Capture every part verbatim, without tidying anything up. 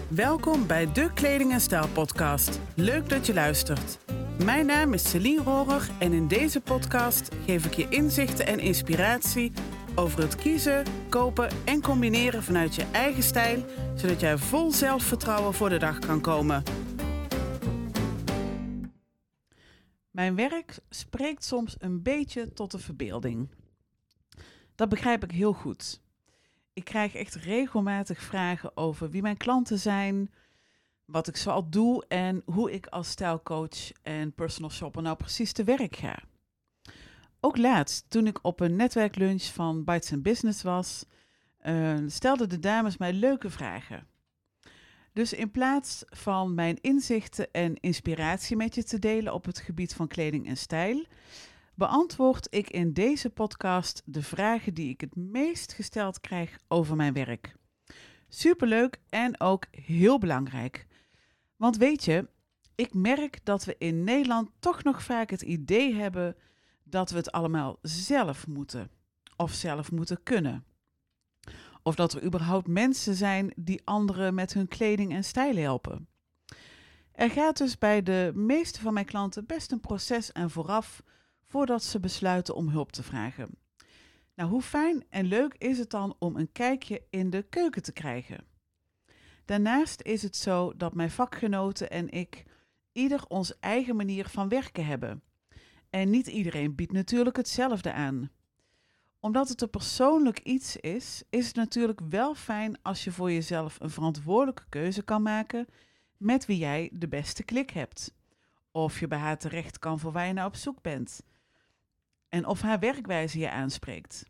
Welkom bij de Kleding en Stijl podcast. Leuk dat je luistert. Mijn naam is Celine Rohrer en in deze podcast geef ik je inzichten en inspiratie over het kiezen, kopen en combineren vanuit je eigen stijl, zodat jij vol zelfvertrouwen voor de dag kan komen. Mijn werk spreekt soms een beetje tot de verbeelding. Dat begrijp ik heel goed. Ik krijg echt regelmatig vragen over wie mijn klanten zijn, wat ik zoal doe en hoe ik als stijlcoach en personal shopper nou precies te werk ga. Ook laatst, toen ik op een netwerklunch van Bites and Business was, uh, stelden de dames mij leuke vragen. Dus in plaats van mijn inzichten en inspiratie met je te delen op het gebied van kleding en stijl, beantwoord ik in deze podcast de vragen die ik het meest gesteld krijg over mijn werk. Superleuk en ook heel belangrijk. Want weet je, ik merk dat we in Nederland toch nog vaak het idee hebben dat we het allemaal zelf moeten. Of zelf moeten kunnen. Of dat er überhaupt mensen zijn die anderen met hun kleding en stijl helpen. Er gaat dus bij de meeste van mijn klanten best een proces aan vooraf voordat ze besluiten om hulp te vragen. Nou, hoe fijn en leuk is het dan om een kijkje in de keuken te krijgen? Daarnaast is het zo dat mijn vakgenoten en ik ieder onze eigen manier van werken hebben. En niet iedereen biedt natuurlijk hetzelfde aan. Omdat het een persoonlijk iets is, is het natuurlijk wel fijn als je voor jezelf een verantwoordelijke keuze kan maken met wie jij de beste klik hebt. Of je bij haar terecht kan voor waar je naar op zoek bent. En of haar werkwijze je aanspreekt.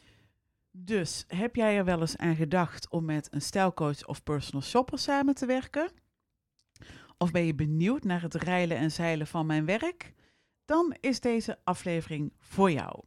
Dus heb jij er wel eens aan gedacht om met een stijlcoach of personal shopper samen te werken? Of ben je benieuwd naar het reilen en zeilen van mijn werk? Dan is deze aflevering voor jou.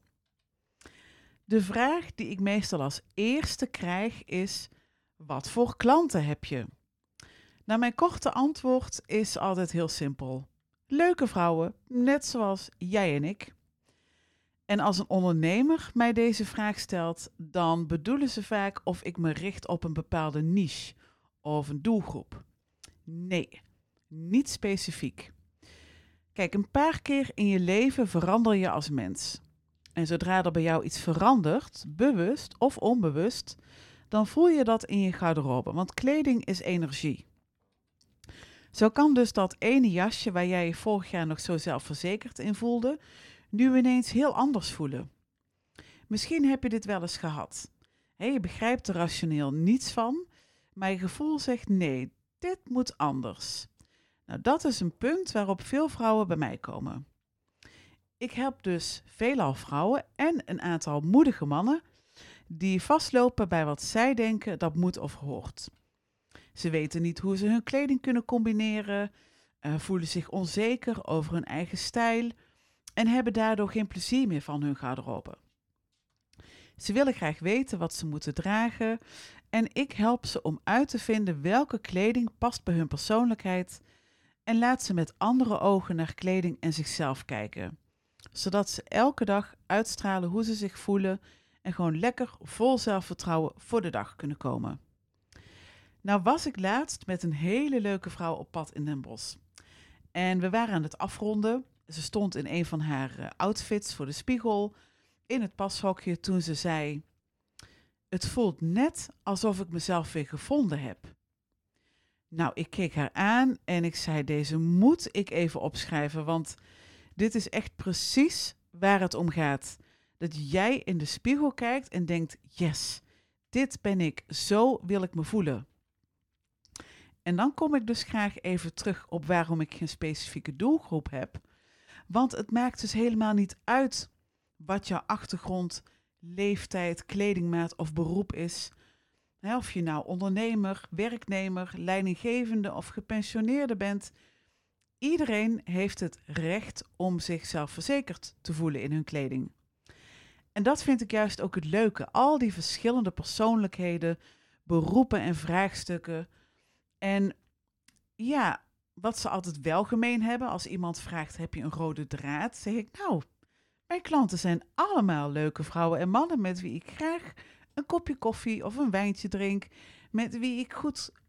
De vraag die ik meestal als eerste krijg is: wat voor klanten heb je? Nou, mijn korte antwoord is altijd heel simpel. Leuke vrouwen, net zoals jij en ik. En als een ondernemer mij deze vraag stelt, dan bedoelen ze vaak of ik me richt op een bepaalde niche of een doelgroep. Nee, niet specifiek. Kijk, een paar keer in je leven verander je als mens. En zodra er bij jou iets verandert, bewust of onbewust, dan voel je dat in je garderobe, want kleding is energie. Zo kan dus dat ene jasje waar jij je vorig jaar nog zo zelfverzekerd in voelde, nu ineens heel anders voelen. Misschien heb je dit wel eens gehad. He, je begrijpt er rationeel niets van, maar je gevoel zegt nee, dit moet anders. Nou, dat is een punt waarop veel vrouwen bij mij komen. Ik help dus veelal vrouwen en een aantal moedige mannen die vastlopen bij wat zij denken dat moet of hoort. Ze weten niet hoe ze hun kleding kunnen combineren, uh, voelen zich onzeker over hun eigen stijl en hebben daardoor geen plezier meer van hun garderobe. Ze willen graag weten wat ze moeten dragen en ik help ze om uit te vinden welke kleding past bij hun persoonlijkheid en laat ze met andere ogen naar kleding en zichzelf kijken, zodat ze elke dag uitstralen hoe ze zich voelen en gewoon lekker vol zelfvertrouwen voor de dag kunnen komen. Nou was ik laatst met een hele leuke vrouw op pad in Den Bosch. En we waren aan het afronden. Ze stond in een van haar uh, outfits voor de spiegel in het pashokje toen ze zei: het voelt net alsof ik mezelf weer gevonden heb. Nou, ik keek haar aan en ik zei: deze moet ik even opschrijven, want dit is echt precies waar het om gaat. Dat jij in de spiegel kijkt en denkt: yes, dit ben ik, zo wil ik me voelen. En dan kom ik dus graag even terug op waarom ik geen specifieke doelgroep heb. Want het maakt dus helemaal niet uit wat jouw achtergrond, leeftijd, kledingmaat of beroep is. Of je nou ondernemer, werknemer, leidinggevende of gepensioneerde bent. Iedereen heeft het recht om zichzelf verzekerd te voelen in hun kleding. En dat vind ik juist ook het leuke. Al die verschillende persoonlijkheden, beroepen en vraagstukken. En ja, wat ze altijd wel gemeen hebben, als iemand vraagt: heb je een rode draad? Zeg ik: nou, mijn klanten zijn allemaal leuke vrouwen en mannen met wie ik graag een kopje koffie of een wijntje drink, met wie ik goed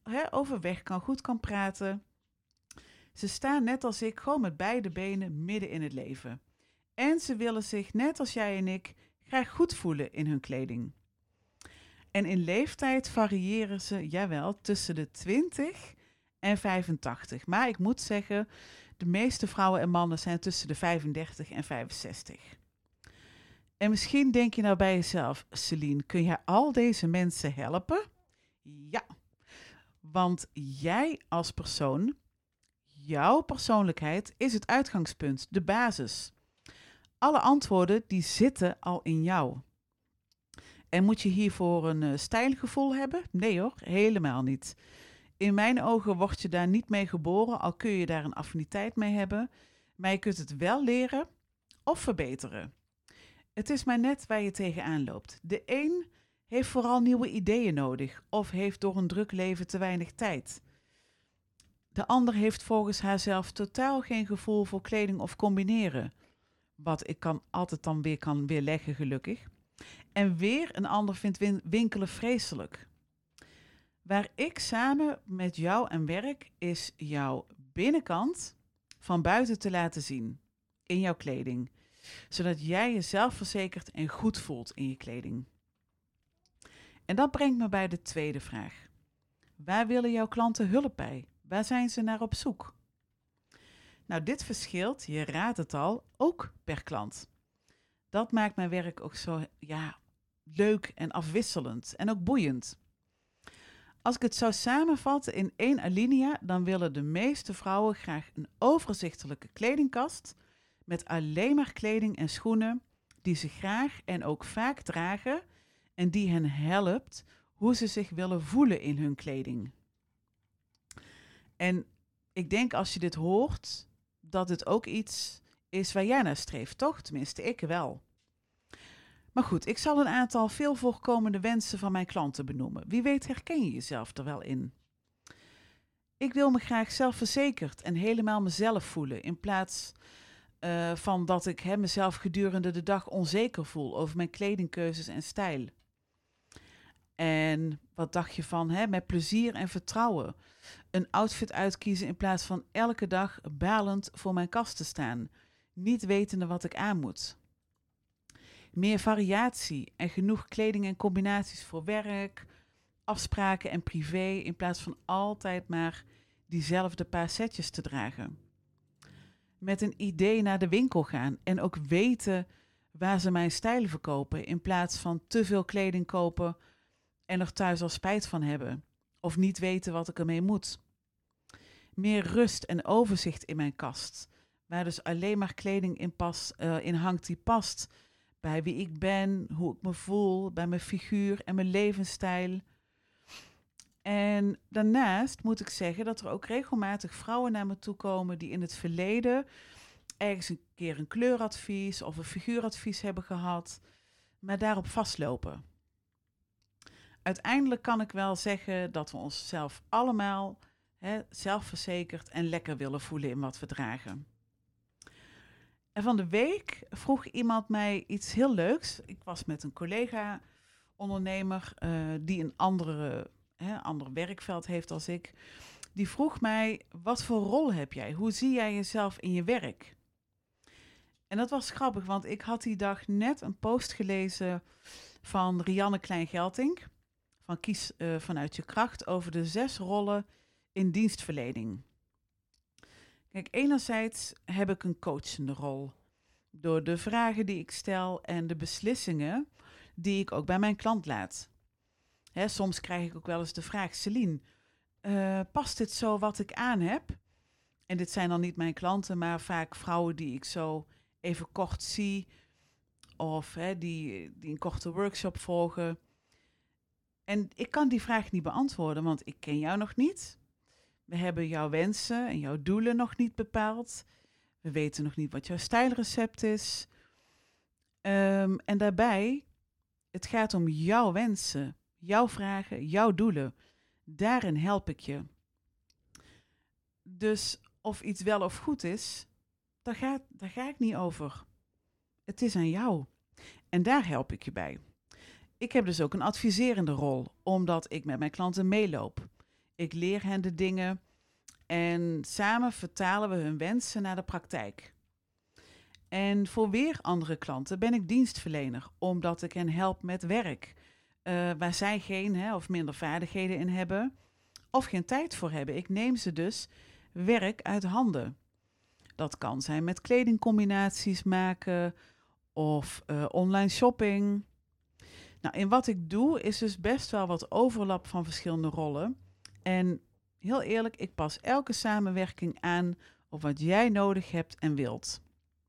hè, overweg kan, goed kan praten. Ze staan net als ik gewoon met beide benen midden in het leven. En ze willen zich, net als jij en ik, graag goed voelen in hun kleding. En in leeftijd variëren ze, jawel, tussen de twintig en vijfentachtig. Maar ik moet zeggen, de meeste vrouwen en mannen zijn tussen de vijfendertig en vijfenzestig. En misschien denk je nou bij jezelf, Celine, kun jij al deze mensen helpen? Ja, want jij als persoon, jouw persoonlijkheid is het uitgangspunt, de basis. Alle antwoorden die zitten al in jou. En moet je hiervoor een uh, stijlgevoel hebben? Nee hoor, helemaal niet. In mijn ogen word je daar niet mee geboren, al kun je daar een affiniteit mee hebben. Maar je kunt het wel leren of verbeteren. Het is maar net waar je tegenaan loopt. De een heeft vooral nieuwe ideeën nodig of heeft door een druk leven te weinig tijd. De ander heeft volgens haarzelf totaal geen gevoel voor kleding of combineren. Wat ik kan altijd dan weer kan weerleggen, gelukkig. En weer een ander vindt win- winkelen vreselijk. Waar ik samen met jou aan werk, is jouw binnenkant van buiten te laten zien. In jouw kleding. Zodat jij je zelfverzekerd en goed voelt in je kleding. En dat brengt me bij de tweede vraag. Waar willen jouw klanten hulp bij? Waar zijn ze naar op zoek? Nou, dit verschilt, je raadt het al, ook per klant. Dat maakt mijn werk ook zo ja, leuk en afwisselend en ook boeiend. Als ik het zou samenvatten in één alinea, dan willen de meeste vrouwen graag een overzichtelijke kledingkast met alleen maar kleding en schoenen die ze graag en ook vaak dragen en die hen helpt hoe ze zich willen voelen in hun kleding. En ik denk als je dit hoort, dat het ook iets is waar jij naar streeft, toch? Tenminste, ik wel. Maar goed, ik zal een aantal veel voorkomende wensen van mijn klanten benoemen. Wie weet herken je jezelf er wel in. Ik wil me graag zelfverzekerd en helemaal mezelf voelen, in plaats uh, van dat ik hè, mezelf gedurende de dag onzeker voel over mijn kledingkeuzes en stijl. En wat dacht je van hè, met plezier en vertrouwen een outfit uitkiezen in plaats van elke dag balend voor mijn kast te staan, niet wetende wat ik aan moet. Meer variatie en genoeg kleding en combinaties voor werk, afspraken en privé, in plaats van altijd maar diezelfde paar setjes te dragen. Met een idee naar de winkel gaan en ook weten waar ze mijn stijl verkopen, in plaats van te veel kleding kopen en er thuis al spijt van hebben of niet weten wat ik ermee moet. Meer rust en overzicht in mijn kast, waar dus alleen maar kleding in, pas, uh, in hangt die past bij wie ik ben, hoe ik me voel, bij mijn figuur en mijn levensstijl. En daarnaast moet ik zeggen dat er ook regelmatig vrouwen naar me toe komen die in het verleden ergens een keer een kleuradvies of een figuuradvies hebben gehad, maar daarop vastlopen. Uiteindelijk kan ik wel zeggen dat we onszelf allemaal hè, zelfverzekerd en lekker willen voelen in wat we dragen. En van de week vroeg iemand mij iets heel leuks. Ik was met een collega-ondernemer uh, die een andere, hè, ander werkveld heeft als ik. Die vroeg mij, wat voor rol heb jij? Hoe zie jij jezelf in je werk? En dat was grappig, want ik had die dag net een post gelezen van Rianne Klein-Geltink, van Kies uh, vanuit je kracht, over de zes rollen in dienstverlening. Kijk, enerzijds heb ik een coachende rol. Door de vragen die ik stel en de beslissingen die ik ook bij mijn klant laat. Hè, soms krijg ik ook wel eens de vraag, Celine, uh, past dit zo wat ik aan heb? En dit zijn dan niet mijn klanten, maar vaak vrouwen die ik zo even kort zie. Of hè, die, die een korte workshop volgen. En ik kan die vraag niet beantwoorden, want ik ken jou nog niet. We hebben jouw wensen en jouw doelen nog niet bepaald. We weten nog niet wat jouw stijlrecept is. Um, en daarbij, het gaat om jouw wensen, jouw vragen, jouw doelen. Daarin help ik je. Dus of iets wel of goed is, daar ga, daar ga ik niet over. Het is aan jou. En daar help ik je bij. Ik heb dus ook een adviserende rol, omdat ik met mijn klanten meeloop. Ik leer hen de dingen en samen vertalen we hun wensen naar de praktijk. En voor weer andere klanten ben ik dienstverlener, omdat ik hen help met werk, uh, waar zij geen hè, of minder vaardigheden in hebben of geen tijd voor hebben. Ik neem ze dus werk uit handen. Dat kan zijn met kledingcombinaties maken of uh, online shopping. Nou, in wat ik doe is dus best wel wat overlap van verschillende rollen. En heel eerlijk, ik pas elke samenwerking aan op wat jij nodig hebt en wilt.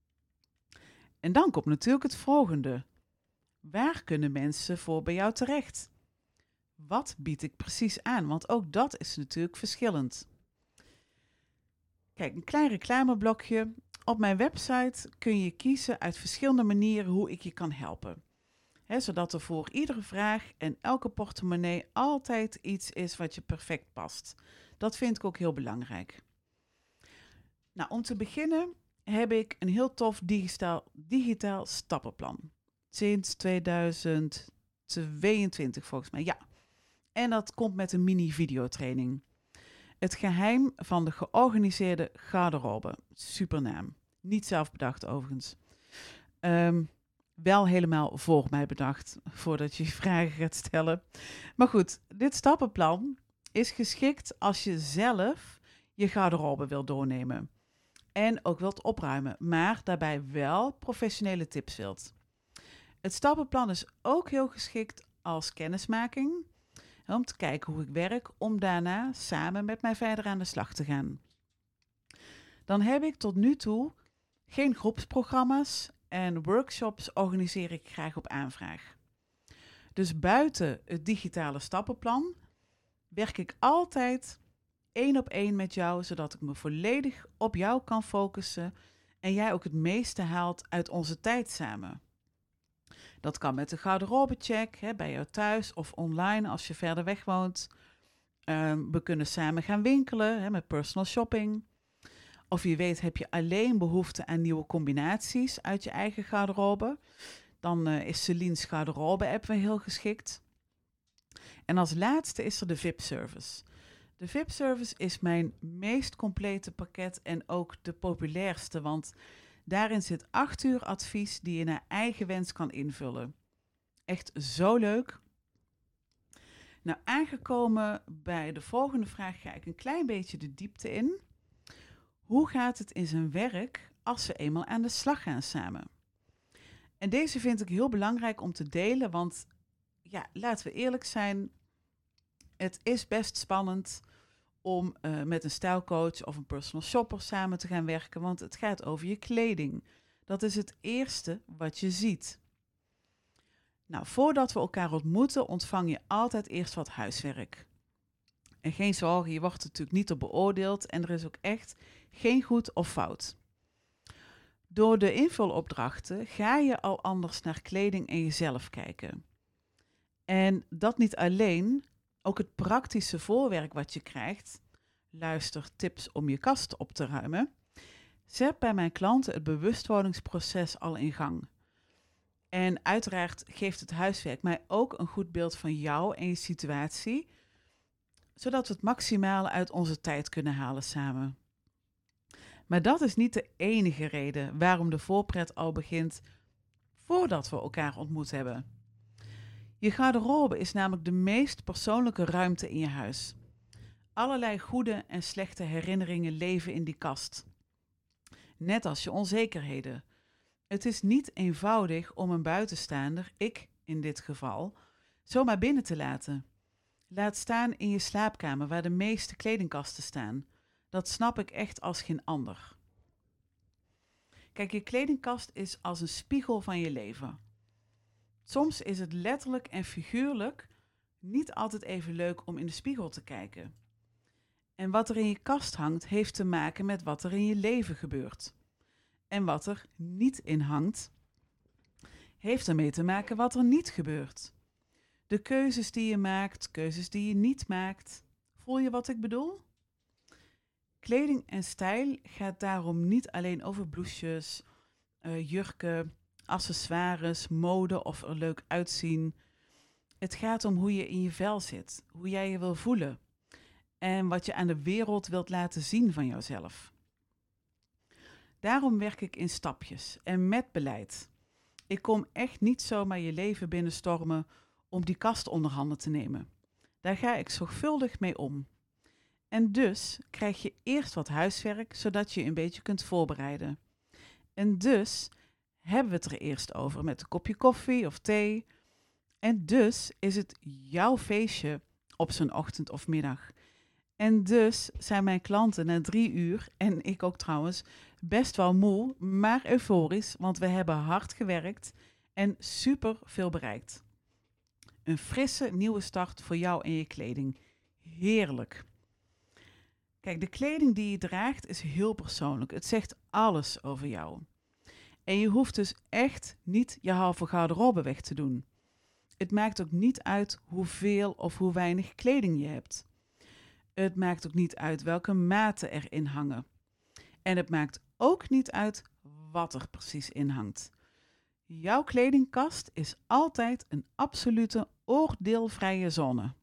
En dan komt natuurlijk het volgende. Waar kunnen mensen voor bij jou terecht? Wat bied ik precies aan? Want ook dat is natuurlijk verschillend. Kijk, een klein reclameblokje. Op mijn website kun je kiezen uit verschillende manieren hoe ik je kan helpen. He, zodat er voor iedere vraag en elke portemonnee altijd iets is wat je perfect past. Dat vind ik ook heel belangrijk. Nou, om te beginnen heb ik een heel tof digitaal, digitaal stappenplan. Sinds tweeduizend tweeëntwintig volgens mij, ja. En dat komt met een mini-videotraining. Het geheim van de georganiseerde garderobe. Supernaam. Niet zelf bedacht overigens. Um, wel helemaal voor mij bedacht, voordat je vragen gaat stellen. Maar goed, dit stappenplan is geschikt als je zelf je garderobe wilt doornemen. En ook wilt opruimen, maar daarbij wel professionele tips wilt. Het stappenplan is ook heel geschikt als kennismaking, om te kijken hoe ik werk, om daarna samen met mij verder aan de slag te gaan. Dan heb ik tot nu toe geen groepsprogramma's en workshops organiseer ik graag op aanvraag. Dus buiten het digitale stappenplan werk ik altijd één op één met jou, zodat ik me volledig op jou kan focussen en jij ook het meeste haalt uit onze tijd samen. Dat kan met de garderobecheck hè, bij jou thuis of online als je verder weg woont. Um, we kunnen samen gaan winkelen hè, met personal shopping. Of je weet, heb je alleen behoefte aan nieuwe combinaties uit je eigen garderobe. Dan uh, is Celine's garderobe-app weer heel geschikt. En als laatste is er de V I P-service. De V I P-service is mijn meest complete pakket en ook de populairste, want daarin zit acht uur advies die je naar eigen wens kan invullen. Echt zo leuk. Nou, aangekomen bij de volgende vraag ga ik een klein beetje de diepte in. Hoe gaat het in zijn werk als we eenmaal aan de slag gaan samen? En deze vind ik heel belangrijk om te delen, want ja, laten we eerlijk zijn, het is best spannend om uh, met een stijlcoach of een personal shopper samen te gaan werken, want het gaat over je kleding. Dat is het eerste wat je ziet. Nou, voordat we elkaar ontmoeten, ontvang je altijd eerst wat huiswerk. En geen zorgen, je wordt er natuurlijk niet op beoordeeld en er is ook echt geen goed of fout. Door de invulopdrachten ga je al anders naar kleding en jezelf kijken. En dat niet alleen, ook het praktische voorwerk wat je krijgt, luister tips om je kast op te ruimen, zet bij mijn klanten het bewustwordingsproces al in gang. En uiteraard geeft het huiswerk mij ook een goed beeld van jou en je situatie, zodat we het maximale uit onze tijd kunnen halen samen. Maar dat is niet de enige reden waarom de voorpret al begint voordat we elkaar ontmoet hebben. Je garderobe is namelijk de meest persoonlijke ruimte in je huis. Allerlei goede en slechte herinneringen leven in die kast. Net als je onzekerheden. Het is niet eenvoudig om een buitenstaander, ik in dit geval, zomaar binnen te laten. Laat staan in je slaapkamer waar de meeste kledingkasten staan. Dat snap ik echt als geen ander. Kijk, je kledingkast is als een spiegel van je leven. Soms is het letterlijk en figuurlijk niet altijd even leuk om in de spiegel te kijken. En wat er in je kast hangt, heeft te maken met wat er in je leven gebeurt. En wat er niet in hangt, heeft ermee te maken wat er niet gebeurt. De keuzes die je maakt, keuzes die je niet maakt. Voel je wat ik bedoel? Kleding en stijl gaat daarom niet alleen over blouses, uh, jurken, accessoires, mode of er leuk uitzien. Het gaat om hoe je in je vel zit, hoe jij je wil voelen. en wat je aan de wereld wilt laten zien van jouzelf. Daarom werk ik in stapjes en met beleid. Ik kom echt niet zomaar je leven binnenstormen om die kast onder handen te nemen. Daar ga ik zorgvuldig mee om. En dus krijg je eerst wat huiswerk, zodat je je een beetje kunt voorbereiden. En dus hebben we het er eerst over met een kopje koffie of thee. En dus is het jouw feestje op zo'n ochtend of middag. En dus zijn mijn klanten na drie uur, en ik ook trouwens, best wel moe, maar euforisch, want we hebben hard gewerkt en super veel bereikt. Een frisse nieuwe start voor jou en je kleding. Heerlijk. Kijk, de kleding die je draagt is heel persoonlijk. Het zegt alles over jou. En je hoeft dus echt niet je halve garderobe weg te doen. Het maakt ook niet uit hoeveel of hoe weinig kleding je hebt. Het maakt ook niet uit welke maten erin hangen. En het maakt ook niet uit wat er precies in hangt. Jouw kledingkast is altijd een absolute oordeelvrije zone.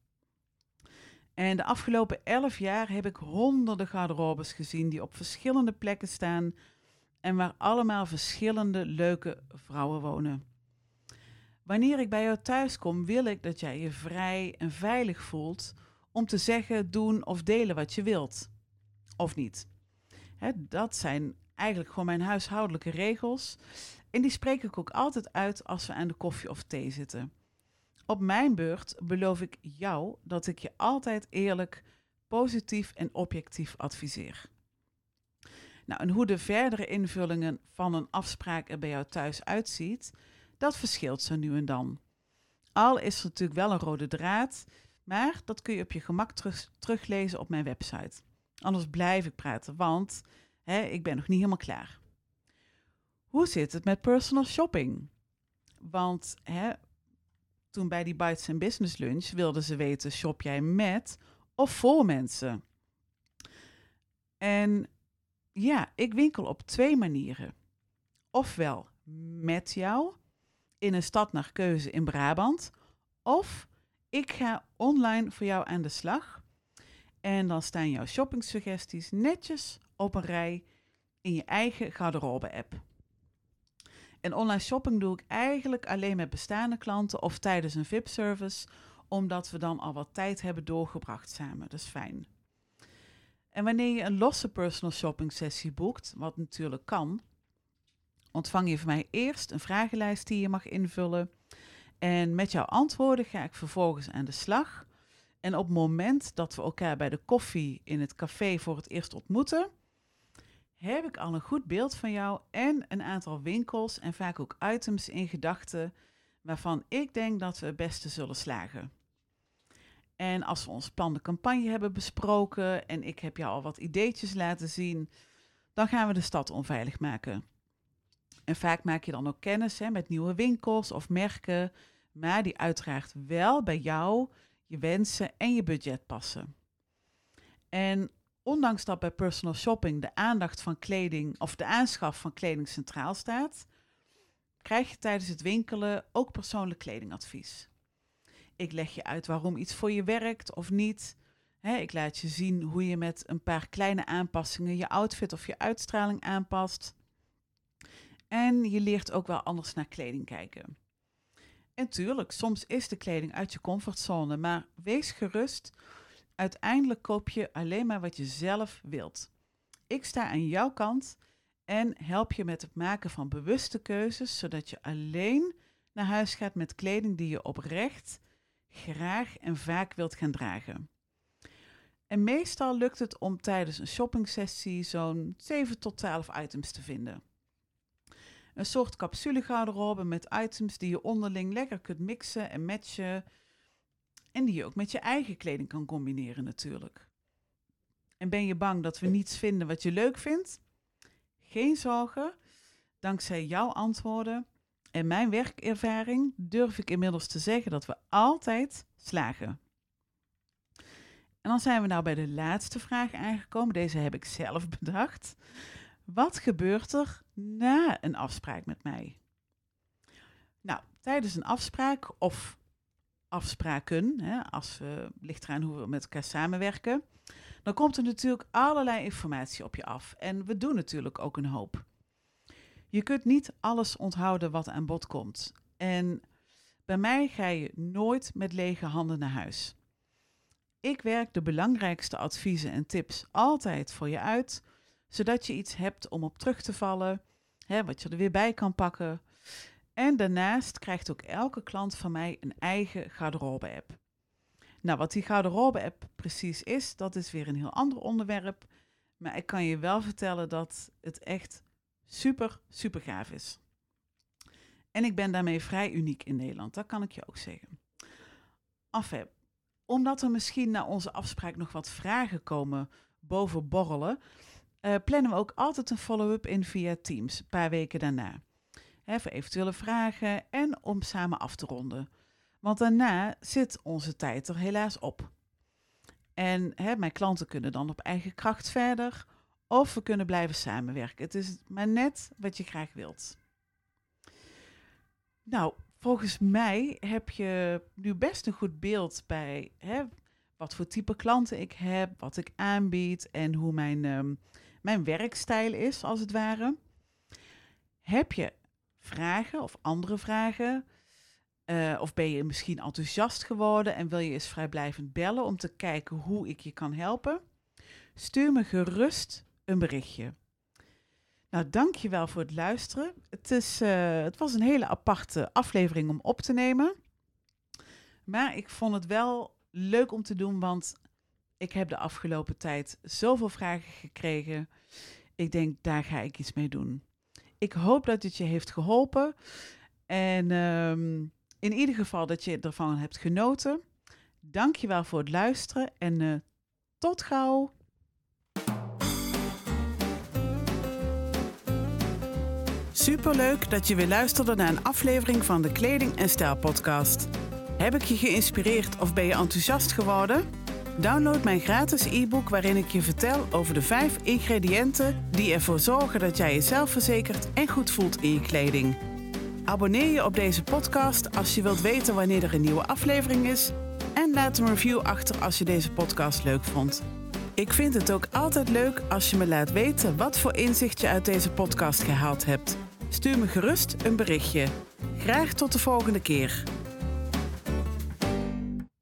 En de afgelopen elf jaar heb ik honderden garderobes gezien die op verschillende plekken staan en waar allemaal verschillende leuke vrouwen wonen. Wanneer ik bij jou thuis kom, wil ik dat jij je vrij en veilig voelt om te zeggen, doen of delen wat je wilt. Of niet. Hè, dat zijn eigenlijk gewoon mijn huishoudelijke regels. En die spreek ik ook altijd uit als we aan de koffie of thee zitten. Op mijn beurt beloof ik jou dat ik je altijd eerlijk, positief en objectief adviseer. Nou, en hoe de verdere invullingen van een afspraak er bij jou thuis uitziet, dat verschilt zo nu en dan. Al is er natuurlijk wel een rode draad, maar dat kun je op je gemak terug, teruglezen op mijn website. Anders blijf ik praten, want hè, ik ben nog niet helemaal klaar. Hoe zit het met personal shopping? Want hè, toen bij die Bites and Business Lunch wilden ze weten, shop jij met of voor mensen? En ja, ik winkel op twee manieren. Ofwel met jou in een stad naar keuze in Brabant, of ik ga online voor jou aan de slag en dan staan jouw shoppingsuggesties netjes op een rij in je eigen garderobe-app. En online shopping doe ik eigenlijk alleen met bestaande klanten of tijdens een V I P-service, omdat we dan al wat tijd hebben doorgebracht samen. Dat is fijn. En wanneer je een losse personal shopping sessie boekt, wat natuurlijk kan, ontvang je van mij eerst een vragenlijst die je mag invullen. En met jouw antwoorden ga ik vervolgens aan de slag. En op het moment dat we elkaar bij de koffie in het café voor het eerst ontmoeten, heb ik al een goed beeld van jou en een aantal winkels en vaak ook items in gedachten waarvan ik denk dat we het beste zullen slagen. En als we ons plan de campagne hebben besproken en ik heb jou al wat ideetjes laten zien, dan gaan we de stad onveilig maken. En vaak maak je dan ook kennis hè, met nieuwe winkels of merken, maar die uiteraard wel bij jou, je wensen en je budget passen. En ondanks dat bij personal shopping de aandacht van kleding of de aanschaf van kleding centraal staat, krijg je tijdens het winkelen ook persoonlijk kledingadvies. Ik leg je uit waarom iets voor je werkt of niet. He, ik laat je zien hoe je met een paar kleine aanpassingen je outfit of je uitstraling aanpast. En je leert ook wel anders naar kleding kijken. En tuurlijk, soms is de kleding uit je comfortzone, maar wees gerust. Uiteindelijk koop je alleen maar wat je zelf wilt. Ik sta aan jouw kant en help je met het maken van bewuste keuzes, zodat je alleen naar huis gaat met kleding die je oprecht, graag en vaak wilt gaan dragen. En meestal lukt het om tijdens een shoppingsessie zo'n zeven tot twaalf items te vinden. Een soort capsulegarderobe met items die je onderling lekker kunt mixen en matchen. En die je ook met je eigen kleding kan combineren natuurlijk. En ben je bang dat we niets vinden wat je leuk vindt? Geen zorgen. Dankzij jouw antwoorden en mijn werkervaring durf ik inmiddels te zeggen dat we altijd slagen. En dan zijn we nou bij de laatste vraag aangekomen. Deze heb ik zelf bedacht. Wat gebeurt er na een afspraak met mij? Nou, tijdens een afspraak of afspraken, hè, als we, ligt eraan hoe we met elkaar samenwerken, dan komt er natuurlijk allerlei informatie op je af. En we doen natuurlijk ook een hoop. Je kunt niet alles onthouden wat aan bod komt. En bij mij ga je nooit met lege handen naar huis. Ik werk de belangrijkste adviezen en tips altijd voor je uit, zodat je iets hebt om op terug te vallen, hè, wat je er weer bij kan pakken. En daarnaast krijgt ook elke klant van mij een eigen garderobe-app. Nou, wat die garderobe-app precies is, dat is weer een heel ander onderwerp. Maar ik kan je wel vertellen dat het echt super, super gaaf is. En ik ben daarmee vrij uniek in Nederland, dat kan ik je ook zeggen. Enfin, omdat er misschien na onze afspraak nog wat vragen komen boven borrelen, uh, plannen we ook altijd een follow-up in via Teams, een paar weken daarna. Hè, voor eventuele vragen en om samen af te ronden. Want daarna zit onze tijd er helaas op. En hè, mijn klanten kunnen dan op eigen kracht verder, of we kunnen blijven samenwerken. Het is maar net wat je graag wilt. Nou, volgens mij heb je nu best een goed beeld bij hè, wat voor type klanten ik heb, wat ik aanbied en hoe mijn, um, mijn werkstijl is, als het ware. Heb je vragen of andere vragen? Uh, of ben je misschien enthousiast geworden en wil je eens vrijblijvend bellen om te kijken hoe ik je kan helpen? Stuur me gerust een berichtje. Nou, dankjewel voor het luisteren. Het, is, uh, het was een hele aparte aflevering om op te nemen. Maar ik vond het wel leuk om te doen, want ik heb de afgelopen tijd zoveel vragen gekregen. Ik denk, daar ga ik iets mee doen. Ik hoop dat het je heeft geholpen. En um, in ieder geval dat je ervan hebt genoten. Dankjewel voor het luisteren en uh, tot gauw. Superleuk dat je weer luisterde naar een aflevering van de Kleding en Stijl podcast. Heb ik je geïnspireerd of ben je enthousiast geworden? Download mijn gratis e-book waarin ik je vertel over de vijf ingrediënten die ervoor zorgen dat jij jezelf verzekert en goed voelt in je kleding. Abonneer je op deze podcast als je wilt weten wanneer er een nieuwe aflevering is en laat een review achter als je deze podcast leuk vond. Ik vind het ook altijd leuk als je me laat weten wat voor inzicht je uit deze podcast gehaald hebt. Stuur me gerust een berichtje. Graag tot de volgende keer.